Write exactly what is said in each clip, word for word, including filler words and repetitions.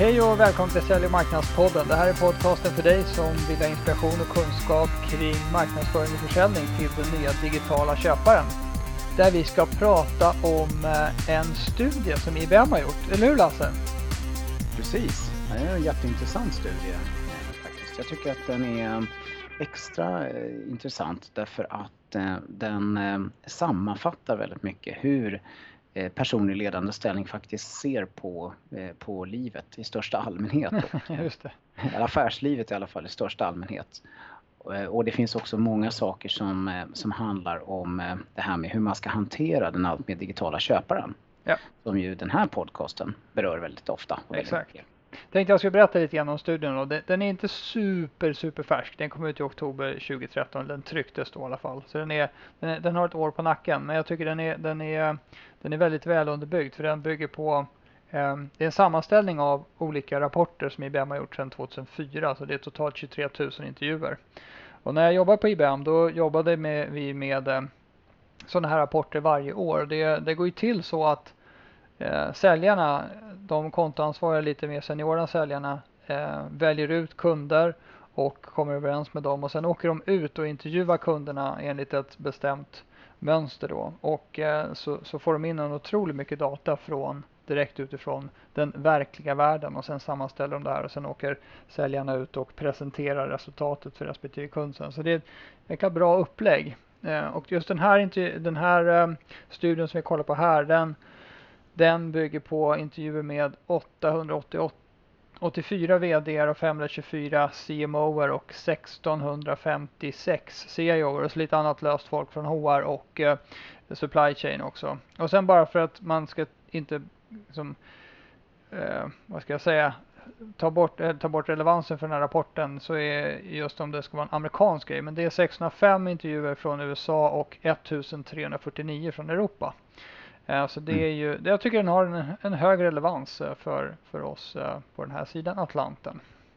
Hej och välkommen till Sälj- och marknadspodden. Det här är podcasten för dig som vill ha inspiration och kunskap kring marknadsföring och försäljning till den nya digitala köparen. Där vi ska prata om en studie som I B M har gjort. Eller hur, Lasse? Precis, det är en jätteintressant studie faktiskt. Jag tycker att den är extra intressant därför att den sammanfattar väldigt mycket hur personer i ledande ställning faktiskt ser på, på livet i största allmänhet. Och, Just det. Affärslivet i alla fall i största allmänhet. Och det finns också många saker som, som handlar om det här med hur man ska hantera den allt mer digitala köparen. Ja. Som ju den här podcasten berör väldigt ofta. Och väldigt Exakt. mycket. Jag tänkte jag skulle berätta lite grann om studien. Då. Den är inte super, super färsk. Den kom ut i oktober tjugohundratretton. Den trycktes då i alla fall. Så den, är, den, är, den har ett år på nacken. Men jag tycker den är, den är, den är väldigt väl underbyggd. För den bygger på eh, det är en sammanställning av olika rapporter som I B M har gjort sedan tjugohundrafyra. Så det är totalt tjugotre tusen intervjuer. Och när jag jobbade på I B M då jobbade med, vi med eh, sådana här rapporter varje år. Det, det går ju till så att Eh, säljarna, de kontoansvariga lite mer seniora säljarna eh, väljer ut kunder och kommer överens med dem och sen åker de ut och intervjuar kunderna enligt ett bestämt mönster då och eh, så, så får de in en otroligt mycket data från direkt utifrån den verkliga världen och sen sammanställer de det här och sen åker säljarna ut och presenterar resultatet för respektive kund. Så det är ett, ett bra upplägg eh, och just den här, den här eh, studien som vi kollar på här, den Den bygger på intervjuer med åttahundraåttiofyra vd:ar och femhundratjugofyra C M O'er och sextonhundrafemtiosex C I O'er och så lite annat löst folk från H R och eh, supply chain också. Och sen bara för att man ska inte liksom, eh, vad ska jag säga, ta bort, eh, ta bort relevansen för den här rapporten så är just om det ska vara en amerikansk grej. Men det är sexhundrafem intervjuer från U S A och ettusentrehundrafyrtionio från Europa. Så det är ju, jag tycker den har en, en hög relevans för, för oss på den här sidan Atlanten.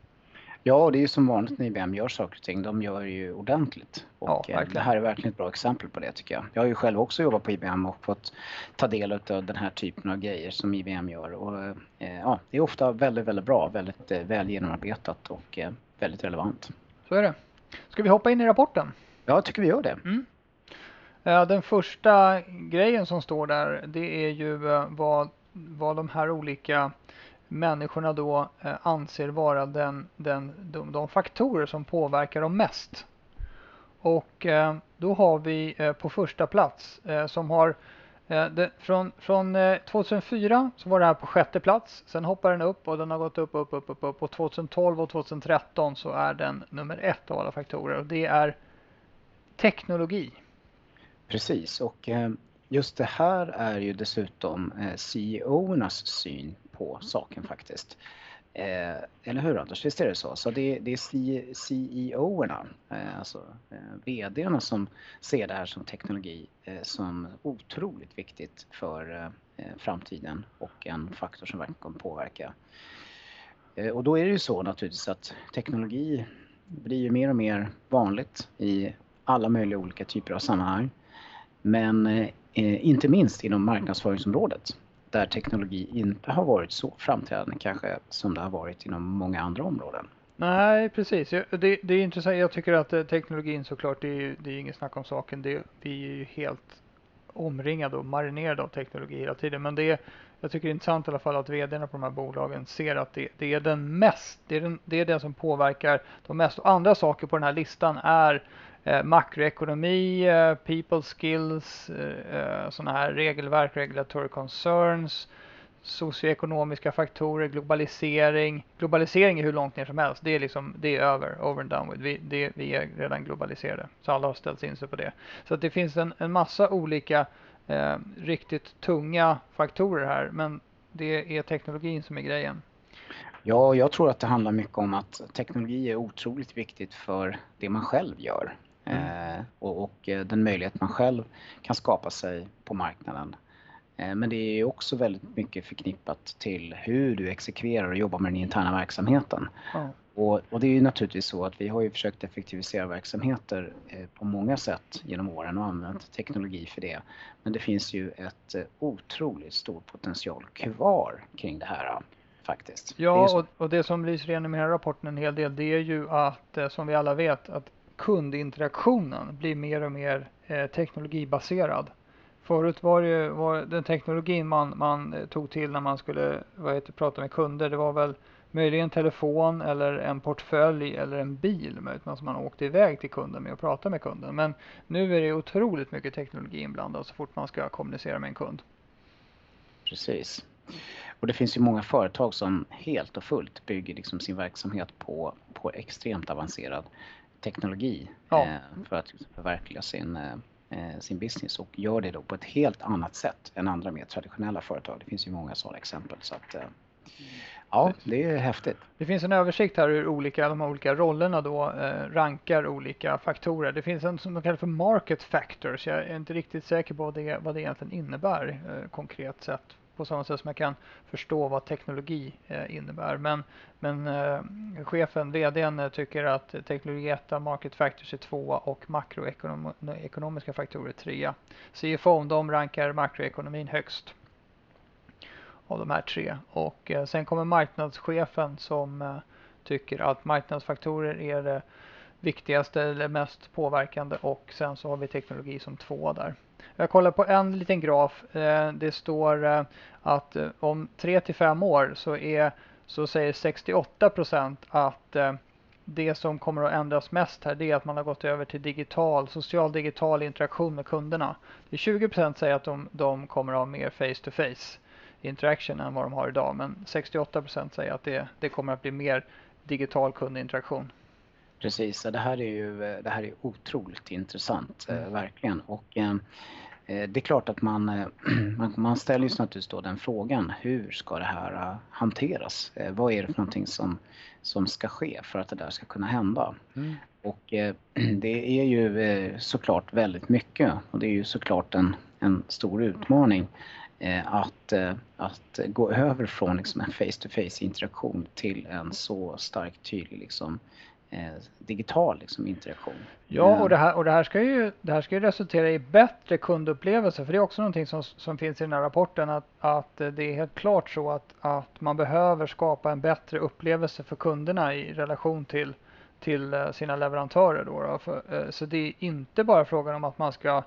Ja, det är ju som vanligt när I B M gör saker och ting. De gör ju ordentligt. Och ja, det här är verkligen ett bra exempel på det tycker jag. Jag har ju själv också jobbat på I B M och fått ta del av den här typen av grejer som I B M gör. Och ja, det är ofta väldigt, väldigt bra, väldigt väl genomarbetat och väldigt relevant. Så är det. Ska vi hoppa in i rapporten? Ja, jag tycker vi gör det. Mm. Den första grejen som står där, det är ju vad, vad de här olika människorna då anser vara den, den, de, de faktorer som påverkar dem mest. Och då har vi på första plats som har, det, från, från tjugohundrafyra så var det här på sjätte plats, sen hoppar den upp och den har gått upp, upp, upp, upp, upp och tjugotolv och tjugotretton så är den nummer ett av alla faktorer och det är teknologi. Precis, och just det här är ju dessutom C E O-ernas syn på saken faktiskt. Eh, eller hur Anders, visst är det så? Så det, det är C E O-erna, eh, alltså eh, vdarna som ser det här som teknologi eh, som otroligt viktigt för eh, framtiden och en faktor som verkligen kommer påverka. Eh, och då är det ju så naturligtvis att teknologi blir ju mer och mer vanligt i alla möjliga olika typer av sammanhang. Men eh, inte minst inom marknadsföringsområdet där teknologi inte har varit så framträdande kanske som det har varit inom många andra områden. Nej, precis. Det, det är intressant. Jag tycker att teknologin såklart, det är, det är inget snack om saken. Det, vi är ju helt omringade och marinerade av teknologi hela tiden. Men det är, jag tycker det är intressant i alla fall att vdarna på de här bolagen ser att det, det är den mest, det är den, det är den som påverkar de mest. Och andra saker på den här listan är Eh, makroekonomi, eh, people skills, eh, sådana här regelverk, regulatory concerns, socioekonomiska faktorer, globalisering. Globalisering är hur långt ner som helst. Det är liksom, det är över, over and done with. Vi, det, vi är redan globaliserade. Så alla har ställt in sig på det. Så att det finns en, en massa olika eh, riktigt tunga faktorer här. Men det är teknologin som är grejen. Ja, jag tror att det handlar mycket om att teknologi är otroligt viktigt för det man själv gör. Mm. Eh, och, och den möjlighet man själv kan skapa sig på marknaden. Eh, men det är också väldigt mycket förknippat till hur du exekverar och jobbar med den interna verksamheten. Mm. Och, och det är ju naturligtvis så att vi har ju försökt effektivisera verksamheter eh, på många sätt genom åren och använt teknologi för det. Men det finns ju ett eh, otroligt stor potential kvar kring det här. faktiskt. Ja, och, och det som lyser igenom i den här rapporten en hel del, det är ju att, eh, som vi alla vet, att kundinteraktionen blir mer och mer eh, teknologibaserad. Förut var det ju, var den teknologin man, man eh, tog till när man skulle vad heter, prata med kunder, det var väl möjligen telefon eller en portfölj eller en bil möjligtvis som man åkte iväg till kunden med och pratade med kunden. Men nu är det otroligt mycket teknologi inblandad så fort man ska kommunicera med en kund. Precis. Och det finns ju många företag som helt och fullt bygger liksom sin verksamhet på, på extremt avancerad teknologi Ja. eh, för att liksom förverkliga sin, eh, sin business och gör det då på ett helt annat sätt än andra mer traditionella företag. Det finns ju många sådana exempel. Så att, eh, ja, det är häftigt. Det finns en översikt här hur olika, de här olika rollerna då eh, rankar olika faktorer. Det finns en som de kallar för market factors. Jag är inte riktigt säker på vad det, vad det egentligen innebär eh, konkret sett. På samma sätt som jag kan förstå vad teknologi eh, innebär. Men, men eh, chefen, vdn, eh, tycker att teknologi etta, market factors är tvåa och makroekonomiska faktorer trea. C F O, de rankar makroekonomin högst av de här tre. Och eh, sen kommer marknadschefen som eh, tycker att marknadsfaktorer är det viktigaste eller mest påverkande och sen så har vi teknologi som två där. Jag kollar på en liten graf. Eh, det står eh, att eh, om tre till fem år så, är, så säger sextioåtta procent att eh, det som kommer att ändras mest här det är att man har gått över till digital, social digital interaktion med kunderna. Det är tjugo procent säger att de, de kommer att ha mer face to face interaction än vad de har idag. Men sextioåtta procent säger att det, det kommer att bli mer digital kundinteraktion. Precis, det här är ju det här är otroligt intressant, mm. verkligen. Och eh, det är klart att man, man, man ställer ju naturligtvis då den frågan, hur ska det här hanteras? Eh, vad är det för någonting som, som ska ske för att det där ska kunna hända? Mm. Och eh, det är ju eh, såklart väldigt mycket och det är ju såklart en, en stor utmaning. Att, att gå över från liksom en face-to-face interaktion till en så starkt tydlig liksom, eh, digital liksom, interaktion. Ja, och det här, och det här ska ju det här ska ju resultera i bättre kundupplevelser. För det är också någonting som, som finns i den här rapporten att, att det är helt klart så att, att man behöver skapa en bättre upplevelse för kunderna i relation till, till sina leverantörer. Då, då. För, så det är inte bara frågan om att man ska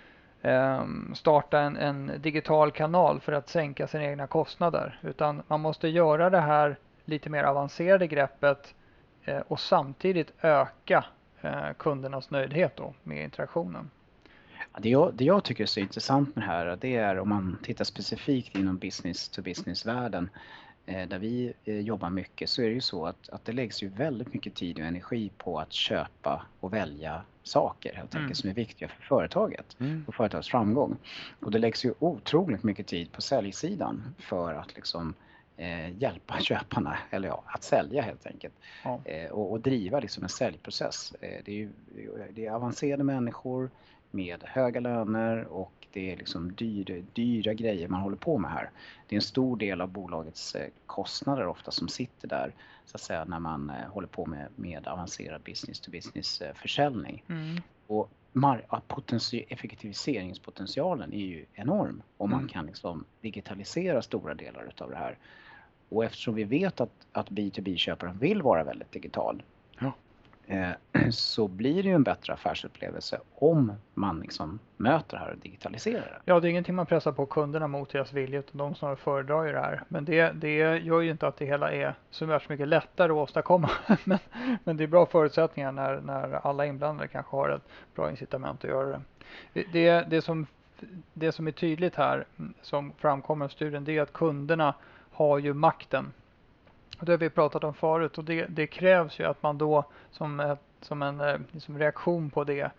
starta en, en digital kanal för att sänka sina egna kostnader. Utan man måste göra det här lite mer avancerade greppet eh, och samtidigt öka eh, kundernas nöjdhet då med interaktionen. Det jag, det jag tycker är så intressant med det här, det är om man tittar specifikt inom business to business-världen eh, där vi eh, jobbar mycket, så är det ju så att, att det läggs ju väldigt mycket tid och energi på att köpa och välja saker helt enkelt mm. som är viktiga för företaget mm. och företagets framgång. Och det läggs ju otroligt mycket tid på säljsidan för att liksom eh, hjälpa köparna, eller ja, att sälja helt enkelt. Ja. Eh, och, och driva liksom en säljprocess. Eh, det är ju det är avancerade människor med höga löner och det är liksom dyra, dyra grejer man håller på med här. Det är en stor del av bolagets eh, kostnader ofta som sitter där så att säga när man eh, håller på med, med avancerad business to business eh, försäljning. Mm. Och mar- potential- effektiviseringspotentialen är ju enorm om mm. man kan liksom digitalisera stora delar av det här. Och eftersom vi vet att, att B to B-köparen vill vara väldigt digital ja. eh, så blir det ju en bättre affärsupplevelse om man liksom möter det här och digitaliserar det. Ja, det är ingenting man pressar på kunderna mot deras vilja utan de snarare föredrar ju det här. Men det, det gör ju inte att det hela är så mycket lättare att åstadkomma. men, men det är bra förutsättningar när, när alla inblandade kanske har ett bra incitament att göra det. Det, det, som, det som är tydligt här som framkommer av studien det är att kunderna har ju makten. Det har vi pratat om förut och det, det krävs ju att man då som, ett, som en liksom reaktion på det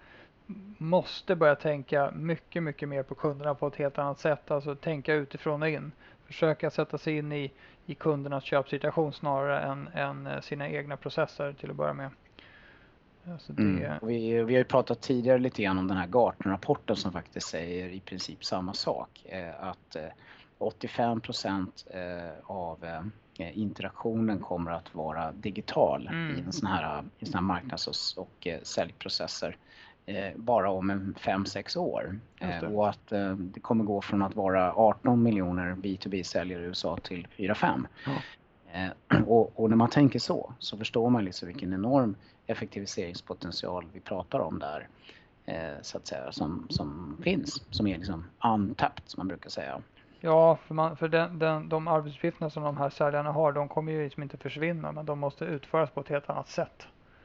måste börja tänka mycket, mycket mer på kunderna på ett helt annat sätt. Alltså tänka utifrån och in. Försöka sätta sig in i, i kundernas köpsituation snarare än, än sina egna processer till att börja med. Alltså det... mm. vi, vi har ju pratat tidigare lite grann om den här Gartner-rapporten som faktiskt säger i princip samma sak. Eh, att eh, åttiofem procent eh, av eh, interaktionen kommer att vara digital mm. i en sån här, i sån här marknads- och, och eh, säljprocesser. Eh, bara om en fem sex år. Eh, och att eh, det kommer gå från att vara arton miljoner B to B-säljare i U S A till fyra fem. Ja. Eh, och, och när man tänker så, så förstår man liksom vilken enorm effektiviseringspotential vi pratar om där. Eh, så att säga, som, som finns, som är liksom untapped som man brukar säga. Ja, för, man, för den, den, de arbetsuppgifterna som de här säljarna har, de kommer ju liksom inte försvinna, men de måste utföras på ett helt annat sätt.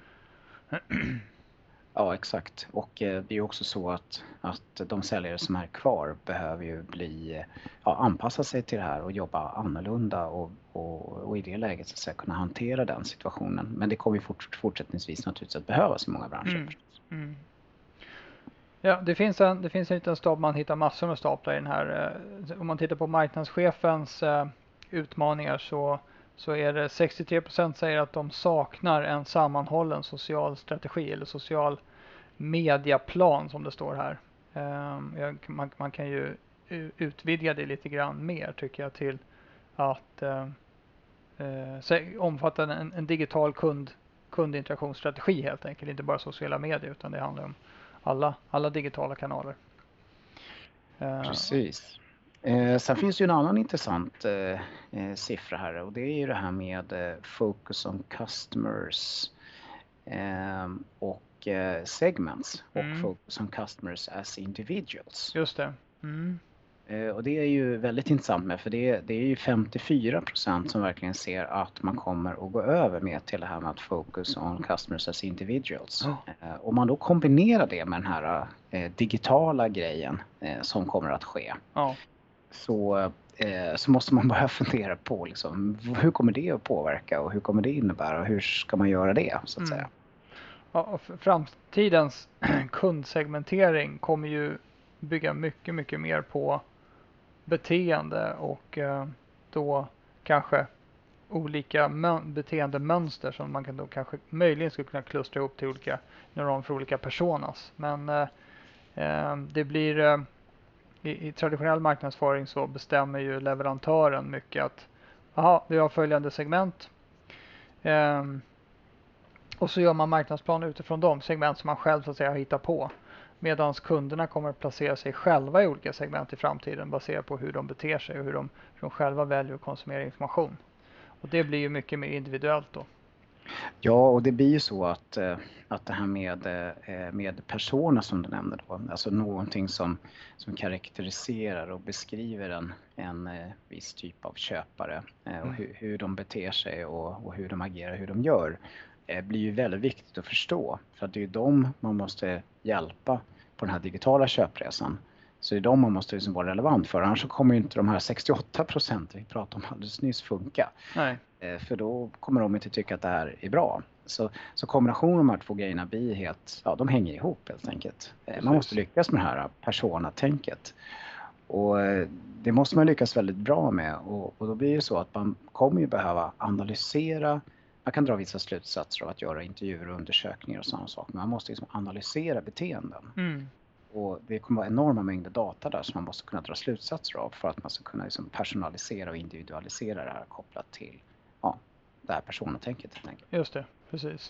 Ja, exakt. Och eh, det är också så att, att de säljare som är kvar behöver ju bli, ja, anpassa sig till det här och jobba annorlunda och, och, och i det läget så att säga, kunna hantera den situationen. Men det kommer ju fort, fortsättningsvis naturligtvis att behövas i många branscher. Mm. Mm. Ja, det finns en, det finns en liten stab, man hittar massor med staplar i den här. Eh, om man tittar på marknadschefens eh, utmaningar så, så är det sextiotre procent säger att de saknar en sammanhållen social strategi eller social mediaplan som det står här. Eh, jag, man, man kan ju utvidga det lite grann mer tycker jag till att eh, eh, omfatta en, en digital kund, kundinteraktionsstrategi helt enkelt. Inte bara sociala medier utan det handlar om alla, alla digitala kanaler. Precis. Eh, sen finns ju en annan intressant eh, eh, siffra här och det är ju det här med eh, focus on customers eh, och eh, segments och Mm. focus on customers as individuals. Just det. Mm. Eh, och det är ju väldigt intressant med för det, det är ju femtiofyra procent som verkligen ser att man kommer att gå över med till det här med att focus on customers as individuals. Oh. Eh, om man då kombinerar det med den här eh, digitala grejen eh, som kommer att ske. Oh. Så, eh, så måste man börja fundera på liksom, hur kommer det att påverka och hur kommer det innebära och hur ska man göra det så att Mm. säga. Ja, och framtidens kundsegmentering kommer ju bygga mycket, mycket mer på beteende och eh, då kanske olika beteendemönster som man kan då kanske möjligen skulle kunna klustra ihop till olika neuron för olika personas. Men eh, eh, det blir eh, i, i traditionell marknadsföring så bestämmer ju leverantören mycket att aha, vi har följande segment eh, och så gör man marknadsplan utifrån de segment som man själv så att säga hittar på. Medan kunderna kommer att placera sig själva i olika segment i framtiden baserat på hur de beter sig och hur de, hur de själva väljer att konsumera information. Och det blir ju mycket mer individuellt då. Ja, och det blir ju så att, att det här med, med persona som du nämnde då, alltså någonting som, som karaktäriserar och beskriver en, en viss typ av köpare och hur, hur de beter sig och, och hur de agerar, hur de gör, blir ju väldigt viktigt att förstå. För att det är ju dem man måste hjälpa på den här digitala köpresan. Så det är de man måste liksom vara relevant för. Annars så kommer ju inte de här sextioåtta procent vi pratade om alldeles nyss funka. Nej. För då kommer de inte tycka att det här är bra. Så, så kombinationen av de här två grejerna blir helt, ja de hänger ihop helt enkelt. Precis. Man måste lyckas med det här persona-tänket. Och det måste man lyckas väldigt bra med. Och, och då blir det så att man kommer ju behöva analysera. Man kan dra vissa slutsatser av att göra intervjuer och undersökningar och sådana saker. Men man måste liksom analysera beteenden. Mm. Och det kommer vara enorma mängder data där som man måste kunna dra slutsatser av för att man ska kunna liksom personalisera och individualisera det här kopplat till ja, det här personatänket helt enkelt. Just det, precis.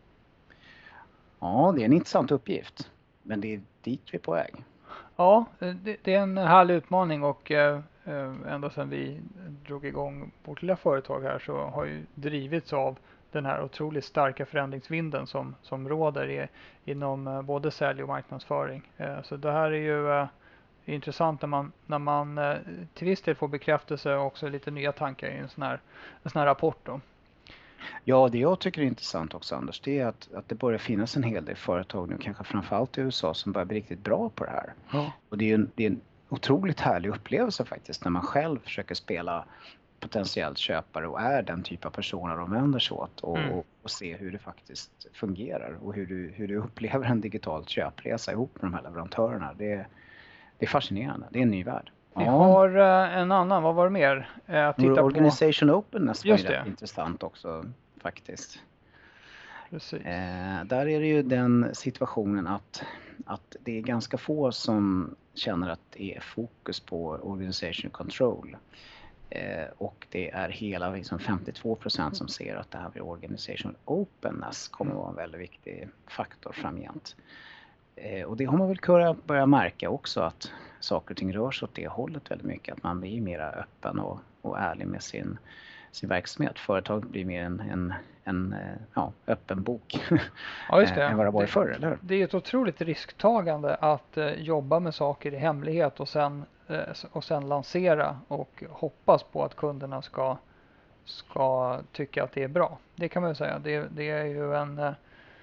Ja, det är en intressant uppgift. Men det är dit vi är på väg. Ja, det, det är en härlig utmaning och eh, ända sedan vi drog igång vårt lilla företag här så har ju drivits av den här otroligt starka förändringsvinden som, som råder i, inom eh, både sälj och marknadsföring. Eh, så det här är ju eh, intressant när man, när man eh, till viss del får bekräftelse och också lite nya tankar i en sån här, en sån här rapport då. Ja, det jag tycker är intressant också Anders, det är att, att det börjar finnas en hel del företag nu, kanske framförallt i U S A, som börjar bli riktigt bra på det här. Ja. Och det är, en, det är en otroligt härlig upplevelse faktiskt när man själv försöker spela potentiellt köpare och är den typ av personer de vänder sig åt och, mm. och, och se hur det faktiskt fungerar och hur du, hur du upplever en digital köpresa ihop med de här leverantörerna. Det är, det är fascinerande, det är en ny värld. Vi ja. har uh, en annan, vad var det mer? Uh, titta Organization på... Openness var ju intressant också faktiskt. Precis. Eh, där är det ju den situationen att, att det är ganska få som känner att det är fokus på Organization Control. Eh, och det är hela liksom femtiotvå procent som ser att det här med Organization Openness kommer att vara en väldigt viktig faktor framgent. Eh, och det har man väl kunnat börja märka också att saker och ting rör sig åt det hållet väldigt mycket. Att man blir mer öppen och, och ärlig med sin, sin verksamhet. Företag blir mer en, en, en ja, öppen bok Ja, just det. än vad det var det, förr, eller hur? det är ett otroligt risktagande att eh, jobba med saker i hemlighet och sen, eh, och sen lansera och hoppas på att kunderna ska, ska tycka att det är bra. Det kan man ju säga. Det, det är ju en, eh,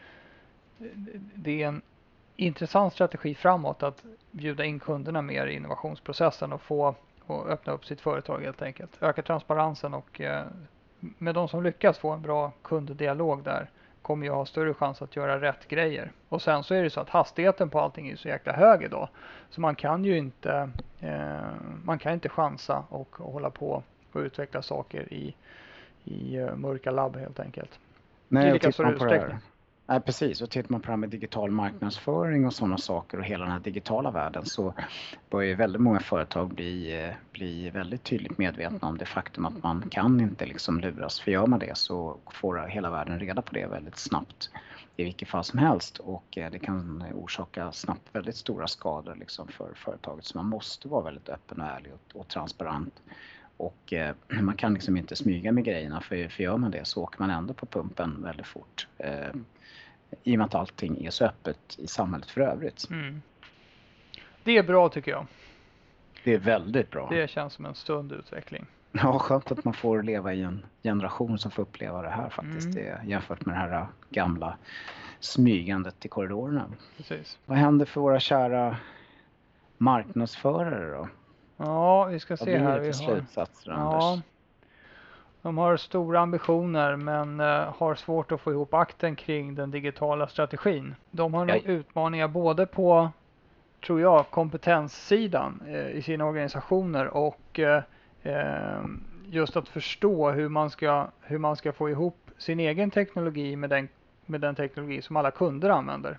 det är en intressant strategi framåt att bjuda in kunderna mer i innovationsprocessen och få och öppna upp sitt företag helt enkelt. Öka transparensen och eh, med de som lyckas få en bra kunddialog där kommer ju ha större chans att göra rätt grejer. Och sen så är det så att hastigheten på allting är så jäkla hög idag. Så man kan ju inte eh, man kan inte chansa och, och hålla på och utveckla saker i, i uh, mörka labb helt enkelt. Nej, I lika stor utsträckning. Nej, precis. Och tittar man på det här med digital marknadsföring och sådana saker och hela den här digitala världen så börjar ju väldigt många företag bli, bli väldigt tydligt medvetna om det faktum att man kan inte liksom luras. För gör man det så får hela världen reda på det väldigt snabbt i vilket fall som helst och det kan orsaka snabbt väldigt stora skador liksom för företaget. Så man måste vara väldigt öppen och ärlig och, och transparent. Och eh, man kan liksom inte smyga med grejerna för, för gör man det så åker man ändå på pumpen väldigt fort. Eh, I och med att allting är så öppet i samhället för övrigt. Mm. Det är bra tycker jag. Det är väldigt bra. Det känns som en stund utveckling. Ja, skönt att man får leva i en generation som får uppleva det här faktiskt. Mm. Det, jämfört med det här gamla smygandet i korridorerna. Precis. Vad händer för våra kära marknadsförare då? Ja, vi ska se här. Vad blir det för Vi har... slutsatser, ja. Anders? De har stora ambitioner men uh, har svårt att få ihop akten kring den digitala strategin. De har nog utmaningar både på, tror jag, kompetenssidan uh, i sina organisationer och uh, uh, just att förstå hur man ska, hur man ska få ihop sin egen teknologi med den, med den teknologi som alla kunder använder.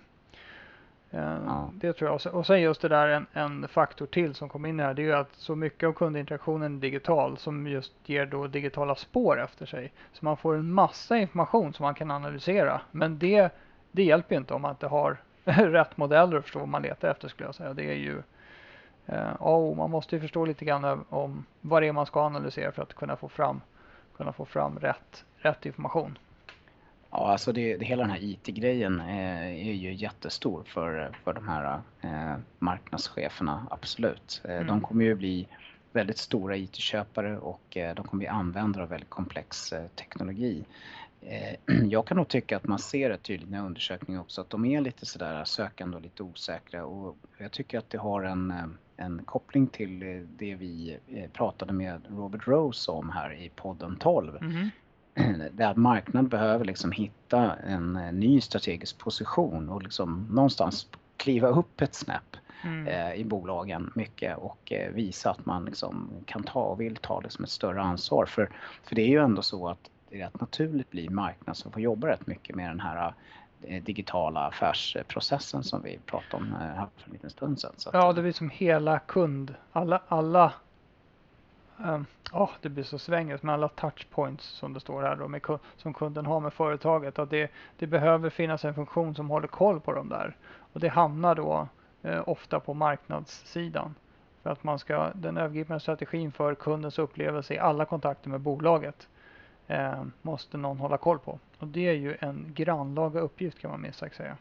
Ja. Det tror jag. Och sen just det där en, en faktor till som kom in här, det är ju att så mycket av kundinteraktionen är digital som just ger då digitala spår efter sig. Så man får en massa information som man kan analysera. Men det, det hjälper ju inte om man inte har rätt modeller att förstå vad man letar efter skulle jag säga. Det är ju, eh, oh, man måste ju förstå lite grann om vad det är man ska analysera för att kunna få fram, kunna få fram rätt, rätt information. Ja, alltså det, det, hela den här I T-grejen är, är ju jättestor för, för de här eh, marknadscheferna, absolut. Eh, mm. De kommer ju bli väldigt stora I T-köpare och eh, de kommer bli användare av väldigt komplex eh, teknologi. Eh, jag kan nog tycka att man ser det tydligt i den här undersökningen också, att de är lite sådär sökande och lite osäkra. Och jag tycker att det har en, en koppling till det vi pratade med Robert Rose om här i podden tolv. Mm. Det är att marknaden behöver liksom hitta en ny strategisk position och liksom någonstans kliva upp ett snäpp mm. eh, i bolagen mycket och eh, visa att man liksom kan ta och vill ta liksom ett större ansvar. För, för det är ju ändå så att det rätt naturligt blir marknaden som får jobba rätt mycket med den här eh, digitala affärsprocessen som vi pratade om eh, här för en liten stund sedan. Så att, ja, det blir som hela kund, alla, alla Um, oh, det blir så svängigt med alla touchpoints som det står här då, med, som kunden har med företaget. Att det, det behöver finnas en funktion som håller koll på dem där. Och det hamnar då eh, ofta på marknadssidan. För att man ska, den övergripande strategin för kundens upplevelse i alla kontakter med bolaget eh, måste någon hålla koll på. Och det är ju en grannlaga uppgift kan man minst sagt säga.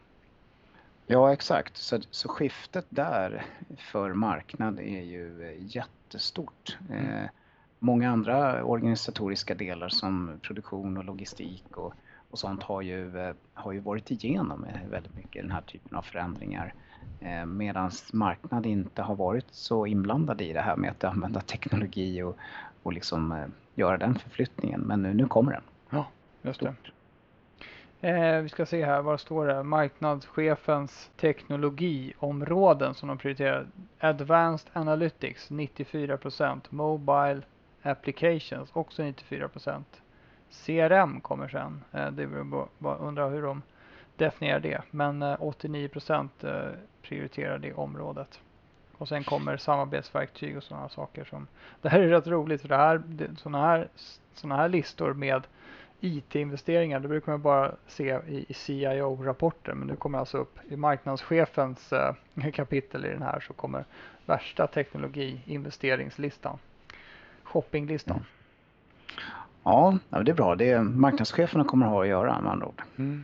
Ja, exakt. Så, så skiftet där för marknad är ju jättestort. Mm. Eh, många andra organisatoriska delar som produktion och logistik och, och sånt har ju, eh, har ju varit igenom väldigt mycket den här typen av förändringar. Eh, Medan marknad inte har varit så inblandad i det här med att använda teknologi och, och liksom eh, göra den förflyttningen. Men nu, nu kommer den. Ja, just det. Eh, vi ska se här, vad står det? Marknadschefens teknologiområden som de prioriterar. Advanced Analytics nittiofyra procent. Mobile Applications också nittiofyra procent. C R M kommer sen. Eh, det vill bara, bara undra hur de definierar det. Men eh, åttionio procent eh, prioriterar det området. Och sen kommer samarbetsverktyg och sådana saker som... Det här är rätt roligt för det här, det, sådana här, såna här listor med I T-investeringar, det brukar man bara se i, i C I O-rapporter, men nu kommer alltså upp i marknadschefens eh, kapitel i den här så kommer värsta teknologi-investeringslistan, shoppinglistan. Ja, ja, det är bra. Det är marknadscheferna kommer att ha att göra med andra ord. Mm.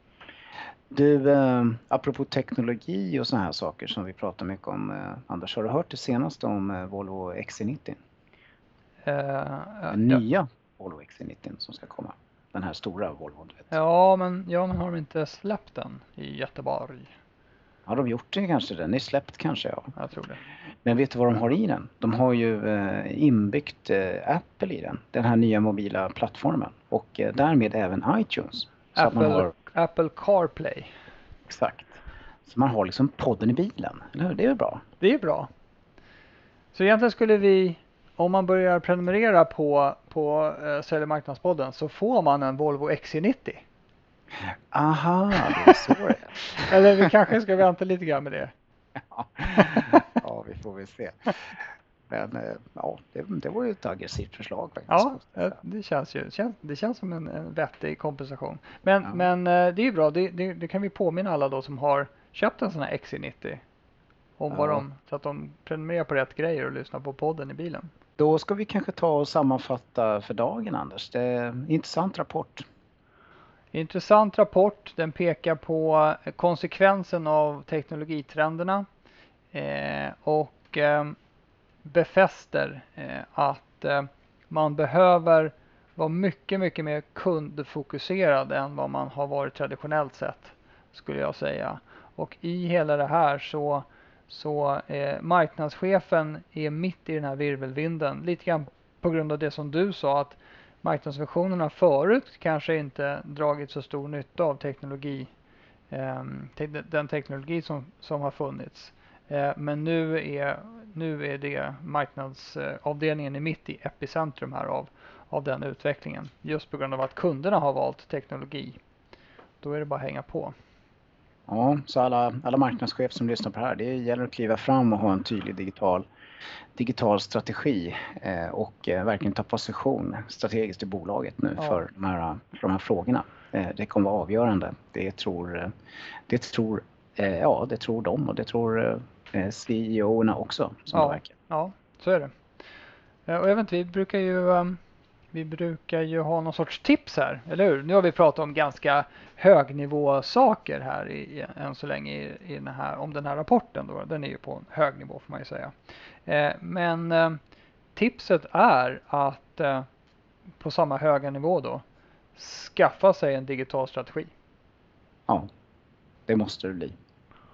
Du, eh, apropå teknologi och såna här saker som vi pratar mycket om, eh, Anders, har du hört det senaste om eh, Volvo X C nittio? Eh, Den ja, nya Volvo X C nittio som ska komma. Den här stora Volvo, du vet. ja, men, ja, men har de inte släppt den i Göteborg? Har de gjort det kanske? Den är släppt kanske, ja. Jag tror det. Men vet du vad de har i den? De har ju eh, inbyggt eh, Apple i den. Den här nya mobila plattformen. Och eh, därmed även iTunes. Så att man Apple, har, Apple CarPlay. exakt. Så man har liksom podden i bilen. Eller hur? Det är ju bra. Det är bra. Så egentligen skulle vi, om man börjar prenumerera på, på uh, Sälj och marknadspodden, så får man en Volvo X C nittio. Aha, det är så det är. Eller vi kanske ska vänta lite grann med det. Ja, ja, vi får väl se. Men eh, ja, det, det var ju ett aggressivt förslag faktiskt. Ja, eh, det känns ju känns, det känns som en, en vettig kompensation. Men, Ja. men eh, det är ju bra, det, det, det kan vi påminna alla då som har köpt en sån här X C nittio. Om vad Ja. de, så att de prenumererar på rätt grejer och lyssnar på podden i bilen. Då ska vi kanske ta och sammanfatta för dagen, Anders. Det är en intressant rapport. Intressant rapport. Den pekar på konsekvensen av teknologitrenderna eh, och eh, befäster eh, att eh, man behöver vara mycket, mycket mer kundfokuserad än vad man har varit traditionellt sett, skulle jag säga. Och i hela det här så, så eh, marknadschefen är mitt i den här virvelvinden. Lite grann på grund av det som du sa, att marknadsfunktionerna förut kanske inte dragit så stor nytta av teknologi, eh, te den teknologi som, som har funnits. Eh, men nu är, nu är det marknadsavdelningen är mitt i epicentrum här av, av den utvecklingen. Just på grund av att kunderna har valt teknologi. Då är det bara att hänga på. Ja, så alla, alla marknadschefer som lyssnar på det här, det gäller att kliva fram och ha en tydlig digital, digital strategi eh, och eh, verkligen ta position strategiskt i bolaget nu Ja. för, de här, för de här frågorna. Eh, det kommer vara avgörande. Det tror, det tror, eh, ja, det tror de och det tror eh, C E O-erna också, som Ja. det verkar. Ja, så är det. Eh, Och jag vet inte, vi brukar ju um, vi brukar ju ha någon sorts tips här, eller hur? Nu har vi pratat om ganska högnivå saker här i, i, än så länge i, i den här, om den här rapporten då. Den är ju på en hög nivå får man ju säga. Eh, men eh, tipset är att eh, på samma höga nivå då skaffa sig en digital strategi. Ja, det måste det bli.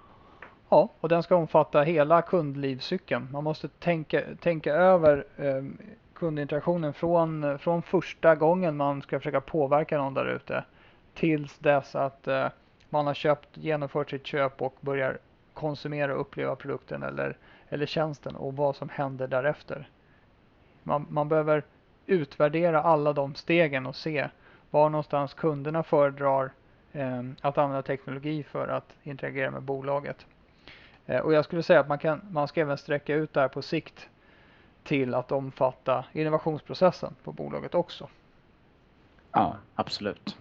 Ja, och den ska omfatta hela kundlivscykeln. Man måste tänka, tänka över eh, kundinteraktionen från, från första gången man ska försöka påverka någon där ute tills dess att eh, man har köpt, genomfört sitt köp och börjar konsumera och uppleva produkten eller, eller tjänsten och vad som händer därefter. Man, man behöver utvärdera alla de stegen och se var någonstans kunderna föredrar eh, att använda teknologi för att interagera med bolaget. Och jag skulle säga att man, kan, man ska även sträcka ut det här på sikt till att omfatta innovationsprocessen på bolaget också. Ja, absolut.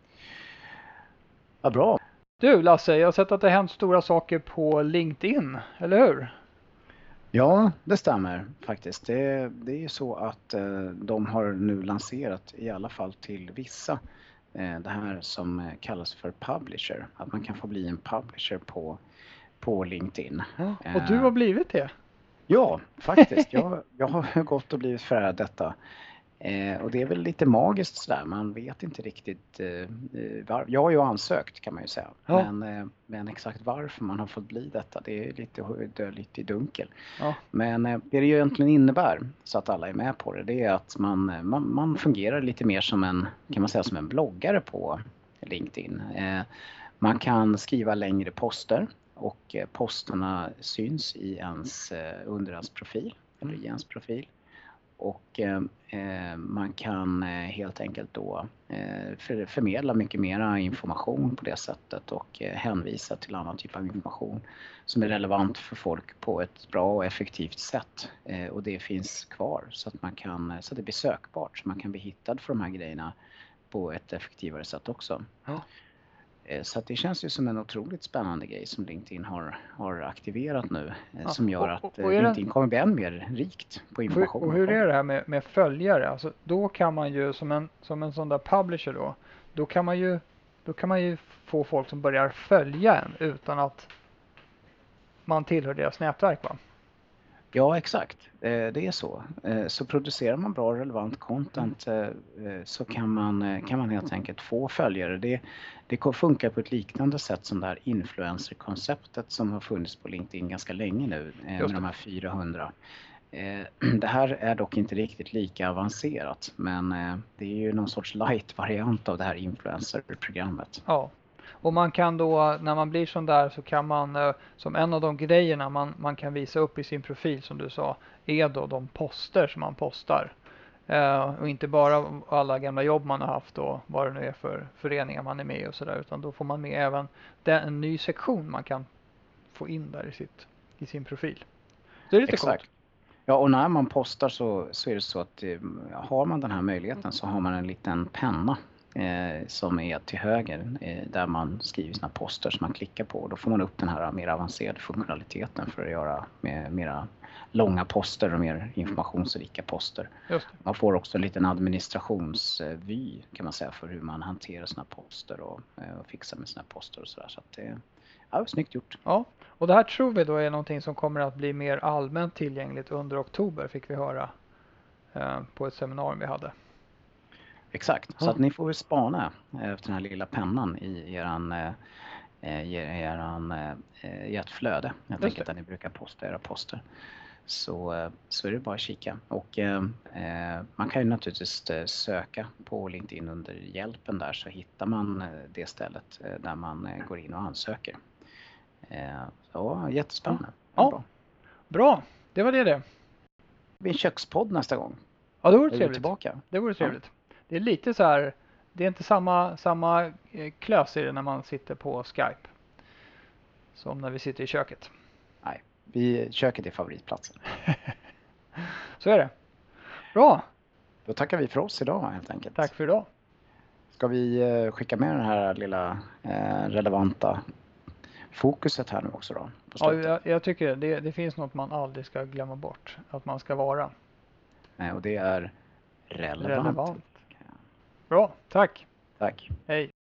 Ja, bra. Du Lasse, jag har sett att det har hänt stora saker på LinkedIn, eller hur? Ja, det stämmer faktiskt. Det, det är ju så att eh, de har nu lanserat, i alla fall till vissa, eh, det här som eh, kallas för publisher. Att man kan få bli en publisher på, på LinkedIn. Ja, och du har blivit det? Ja, faktiskt. Jag, jag har gått och blivit förärad detta. Eh, och det är väl lite magiskt sådär. Man vet inte riktigt eh, var, jag har ju ansökt kan man ju säga. Ja. Men, eh, men exakt varför man har fått bli detta, det är lite, det är lite i dunkel. Ja. Men eh, det det ju egentligen innebär, så att alla är med på det, det är att man, man, man fungerar lite mer som en, kan man säga, som en bloggare på LinkedIn. Eh, man kan skriva längre poster och eh, posterna syns i ens, eh, under ens profil, eller i ens profil. Och eh, man kan eh, helt enkelt då eh, för, förmedla mycket mera information på det sättet och eh, hänvisa till annan typ av information som är relevant för folk på ett bra och effektivt sätt. Eh, och det finns kvar så att man kan, så att det blir sökbart, så man kan bli hittad för de här grejerna på ett effektivare sätt också. Ja. Eh, Så att det känns ju som en otroligt spännande grej som LinkedIn har, har aktiverat nu. eh, Ja, Som gör och, att och, eh, och, är det, LinkedIn kommer bli än mer rikt på och, hur, information. och och hur är content. det här med, med följare? Alltså, då kan man ju som en, som en sån där publisher då, då kan man ju, då kan man ju få folk som börjar följa en utan att man tillhör deras nätverk, va? Ja, exakt. Eh, Det är så. Eh, Så producerar man bra relevant content eh, eh, så kan man, eh, kan man helt enkelt få följare. Det, det ko- funkar på ett liknande sätt som det här influencer-konceptet som har funnits på LinkedIn ganska länge nu eh, med Just de det. här fyrahundra. Eh, Det här är dock inte riktigt lika avancerat, men eh, det är ju någon sorts light-variant av det här influencer-programmet. Ja. Och man kan då, när man blir sån där, så kan man, eh, som en av de grejerna man, man kan visa upp i sin profil, som du sa, är då de poster som man postar. Eh, och inte bara alla gamla jobb man har haft och vad det nu är för föreningar man är med i och sådär, utan då får man med även den, en ny sektion man kan få in där i, sitt, i sin profil. Så det är lite Exakt. coolt. Ja, och när man postar så, så är det så att eh, har man den här möjligheten så har man en liten penna eh, som är till höger eh, där man skriver sina poster som man klickar på. Då får man upp den här mer avancerade funktionaliteten för att göra med mera långa poster och mer informationsrika poster. Just det. Man får också en liten administrationsvy kan man säga för hur man hanterar sina poster och, eh, och fixar med sina poster och sådär. Så att det ja, snyggt gjort. Ja, och det här tror vi då är någonting som kommer att bli mer allmänt tillgängligt under oktober, fick vi höra eh, på ett seminarium vi hade. Exakt, så Ja. att ni får väl spana efter den här lilla pennan i eran, eh, i eran, eh, i ert flöde, helt enkelt, där ni brukar posta era poster. Så, eh, så är det bara att kika. Och eh, eh, man kan ju naturligtvis eh, söka på LinkedIn under hjälpen där, så hittar man eh, det stället eh, där man eh, går in och ansöker. Eh, så jättespännande. Ja. Bra. Bra, det var det det. Det blir en kökspodd nästa gång. Ja, det vore Är du trevligt. tillbaka? Det vore trevligt. Det är lite så här, det är inte samma, samma eh, klös i det när man sitter på Skype som när vi sitter i köket. Nej, vi, köket är favoritplatsen. Så är det. Bra, Då tackar vi för oss idag helt enkelt. tack för idag. Ska vi eh, skicka med den här lilla eh, relevanta fokuset här nu också då? På Ja, slutet? jag, jag tycker det, det finns något man aldrig ska glömma bort. Att man ska vara Eh, och det är relevant. relevant. Bra, tack. Tack. Hej.